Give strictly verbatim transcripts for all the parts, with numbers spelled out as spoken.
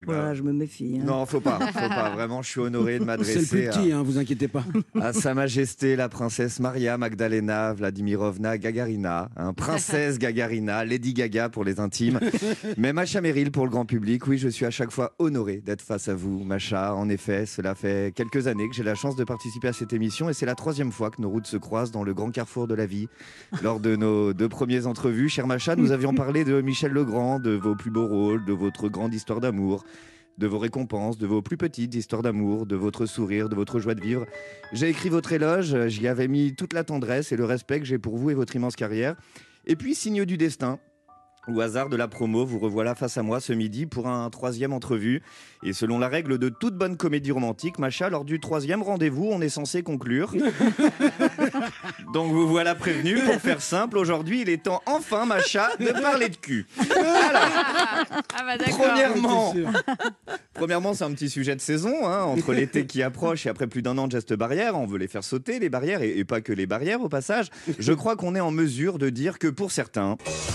Voilà, je me méfie. Hein. Non, faut pas, faut pas. Vraiment, je suis honoré de m'adresser. C'est le plus petit, à... hein, vous inquiétez pas. À Sa Majesté la princesse Maria Magdalena Vladimirovna Gagarina, hein, princesse Gagarina, Lady Gaga pour les intimes, mais Macha Merrill pour le grand public. Oui, je suis à chaque fois honoré d'être face à vous, Macha. En effet, cela fait quelques années que j'ai la chance de participer à cette émission et c'est la troisième fois que nos routes se croisent dans le grand carrefour de la vie. Lors de nos deux premières entrevues, chère Macha, nous avions parlé de Michel Legrand, de vos plus beaux rôles, de votre grande histoire d'amour, de vos récompenses, de vos plus petites histoires d'amour, de votre sourire, de votre joie de vivre. J'ai écrit votre éloge, j'y avais mis toute la tendresse et le respect que j'ai pour vous et votre immense carrière. Et puis, signe du destin, au hasard de la promo, vous revoilà face à moi ce midi pour un troisième entrevue. Et selon la règle de toute bonne comédie romantique, Macha, lors du troisième rendez-vous, on est censé conclure. Donc vous voilà prévenu. Pour faire simple, aujourd'hui, il est temps enfin, Macha, de parler de cul. Alors, Ah bah d'accord. premièrement, premièrement, c'est un petit sujet de saison, hein, entre l'été qui approche et après plus d'un an de gestes barrières. On veut les faire sauter, les barrières, et, et pas que les barrières au passage. Je crois qu'on est en mesure de dire que pour certains...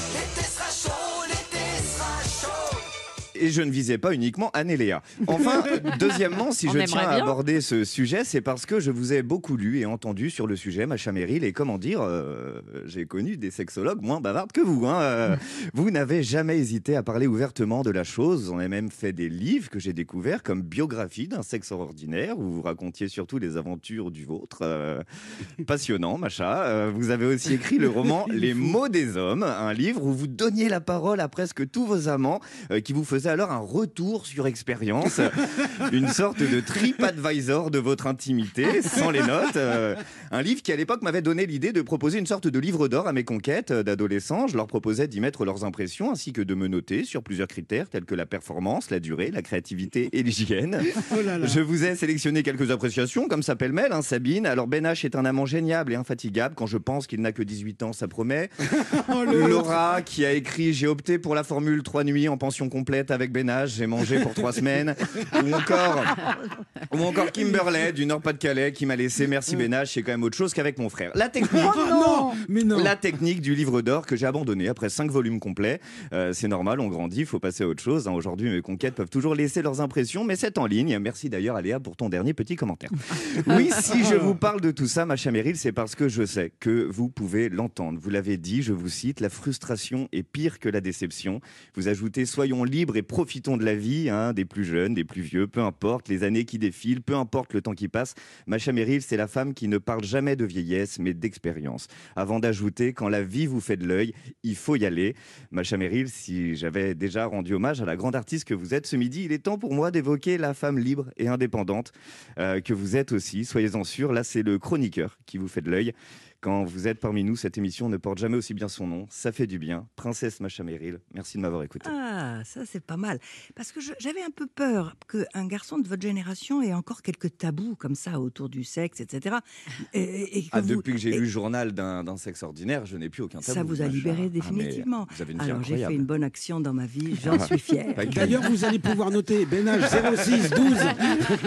Et je ne visais pas uniquement Anne-Léa. Enfin, deuxièmement, si On je aimerait tiens à bien. aborder ce sujet, c'est parce que je vous ai beaucoup lu et entendu sur le sujet, Macha Merrill, et comment dire, euh, j'ai connu des sexologues moins bavardes que vous. Hein. Euh, vous n'avez jamais hésité à parler ouvertement de la chose. On a même fait des livres que j'ai découverts comme Biographie d'un sexe ordinaire, où vous racontiez surtout les aventures du vôtre. Euh, passionnant, Macha. Euh, vous avez aussi écrit le roman Les mots des hommes, un livre où vous donniez la parole à presque tous vos amants euh, qui vous faisaient alors un retour sur expérience, une sorte de TripAdvisor de votre intimité, sans les notes. Euh, un livre qui, à l'époque, m'avait donné l'idée de proposer une sorte de livre d'or à mes conquêtes d'adolescents. Je leur proposais d'y mettre leurs impressions ainsi que de me noter sur plusieurs critères tels que la performance, la durée, la créativité et l'hygiène. Oh là là. Je vous ai sélectionné quelques appréciations, comme ça pêle-mêle, hein, Sabine. Alors, Ben H est un amant génial et infatigable. Quand je pense qu'il n'a que dix-huit ans, ça promet. Oh, le- Laura, qui a écrit « J'ai opté pour la formule trois nuits en pension complète avec Ben H, j'ai mangé pour trois semaines ». Ou encore, ou encore Kimberley, du Nord-Pas-de-Calais, qui m'a laissé « Merci Ben H, c'est quand même autre chose qu'avec mon frère ». La technique... Oh non, mais non. La technique du livre d'or que j'ai abandonné après cinq volumes complets. Euh, c'est normal, on grandit, il faut passer à autre chose. Hein. Aujourd'hui, mes conquêtes peuvent toujours laisser leurs impressions, mais c'est en ligne. Merci d'ailleurs à Léa pour ton dernier petit commentaire. Oui, si je vous parle de tout ça, Macha Merrill, c'est parce que je sais que vous pouvez l'entendre. Vous l'avez dit, je vous cite, la frustration est pire que la déception. Vous ajoutez, soyons libres et profitons de la vie, hein, des plus jeunes, des plus vieux, peu importe, les années qui défilent, peu importe le temps qui passe. Macha Merrill, c'est la femme qui ne parle jamais de vieillesse, mais d'expérience. Avant d'ajouter, quand la vie vous fait de l'œil, il faut y aller. Macha Merrill, si j'avais déjà rendu hommage à la grande artiste que vous êtes ce midi, il est temps pour moi d'évoquer la femme libre et indépendante euh, que vous êtes aussi. Soyez-en sûrs, là c'est le chroniqueur qui vous fait de l'œil. Quand vous êtes parmi nous, cette émission ne porte jamais aussi bien son nom. Ça fait du bien. Princesse Macha Merrill, merci de m'avoir écouté. Ah, ça c'est pas mal. Parce que je- j'avais un peu peur qu'un garçon de votre génération ait encore quelques tabous comme ça autour du sexe, et cetera. Et, et que Ah, vous- depuis que j'ai et lu le journal d'un d'un sexe ordinaire, je n'ai plus aucun tabou. ça vous a Macha. libéré Ah, mais définitivement. vous avez une vie Alors j'ai incroyable. fait une bonne action dans ma vie, j'en suis fière. Pas que- D'ailleurs, vous allez pouvoir noter Ben H zéro six douze.